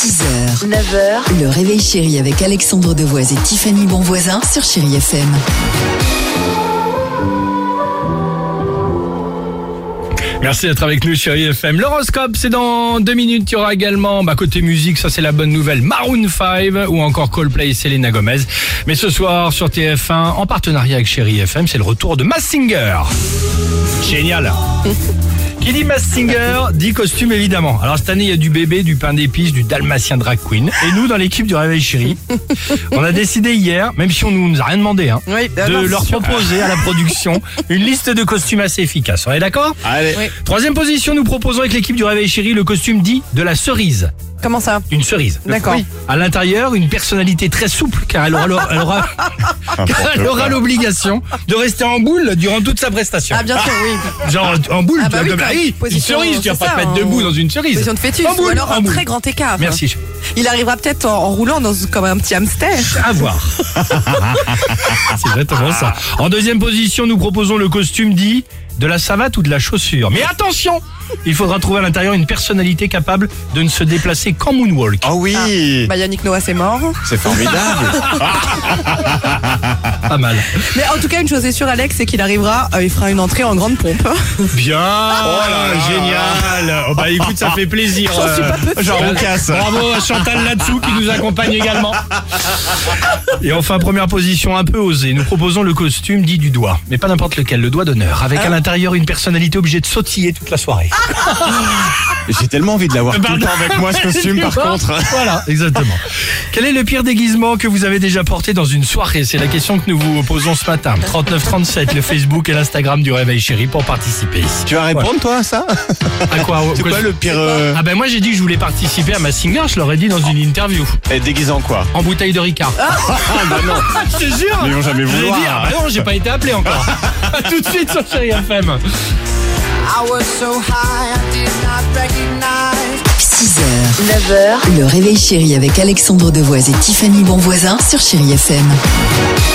6h, 9h, le réveil chéri avec Alexandre Devoise et Tiffany Bonvoisin sur Chéri FM. Merci d'être avec nous, Chéri FM. L'horoscope, c'est dans 2 minutes. Il y aura également, côté musique, ça c'est la bonne nouvelle, Maroon 5 ou encore Coldplay et Selena Gomez. Mais ce soir, sur TF1, en partenariat avec Chéri FM, c'est le retour de Masked Singer. Génial. Qui dit Masked Singer dit costume évidemment. Alors cette année il y a du bébé, du pain d'épices, du dalmatien drag queen. Et nous dans l'équipe du Réveil Chéri, on a décidé hier, même si on nous a rien demandé, de leur proposer à la production une liste de costumes assez efficace. On est d'accord ? Allez. Oui. Troisième position, nous proposons avec l'équipe du Réveil Chéri le costume dit de la cerise. Comment ça? Une cerise. D'accord. Oui. À l'intérieur, une personnalité très souple car elle aura l'obligation de rester en boule durant toute sa prestation. Ah bien sûr, oui. Genre en boule, Ah tu bah vois, oui, comme quand même. une Position, cerise, tu vas c'est pas ça, te mettre en debout dans une cerise. Position de fœtus, En boule, ou alors en un boule. très grand écart. Merci. Il arrivera peut-être en roulant comme un petit hamster. À voir. C'est exactement ça. En deuxième position, nous proposons le costume dit de la savate ou de la chaussure. Mais attention, il faudra trouver à l'intérieur une personnalité capable de ne se déplacer qu'en moonwalk. Oh oui, Yannick Noah c'est mort. c'est formidable. Pas mal. Mais en tout cas une chose est sûre Alex, c'est qu'il arrivera, il fera une entrée en grande pompe. Bien, génial. Oh bah écoute, ça fait plaisir. J'en suis pas peu Genre on casse. Bravo à Chantal Latsou qui nous accompagne également. Et enfin, première position un peu osée, nous proposons le costume dit du doigt. Mais pas n'importe lequel, le doigt d'honneur. Avec à l'intérieur une personnalité obligée de sautiller toute la soirée. J'ai tellement envie de l'avoir tout le temps avec moi ce costume par contre. Voilà, exactement. Quel est le pire déguisement que vous avez déjà porté dans une soirée? C'est la question que nous vous posons ce matin. 3937, le Facebook et l'Instagram du Réveil Chéri pour participer. Tu vas répondre toi à ça? À quoi? C'est quoi le pire Ah ben moi j'ai dit que je voulais participer à Masked Singer, je l'aurais dit dans une interview. déguisant quoi? En bouteille de Ricard. Ah bah non. Je te jure. Ils vont jamais Je l'ai vouloir. dit, ah bah non, j'ai pas été appelé encore. À tout de suite sur Chéri FM. I was so high, I did not recognize. 6h, 9h, le réveil chéri avec Alexandre Devoise et Tiffany Bonvoisin sur Chéri FM.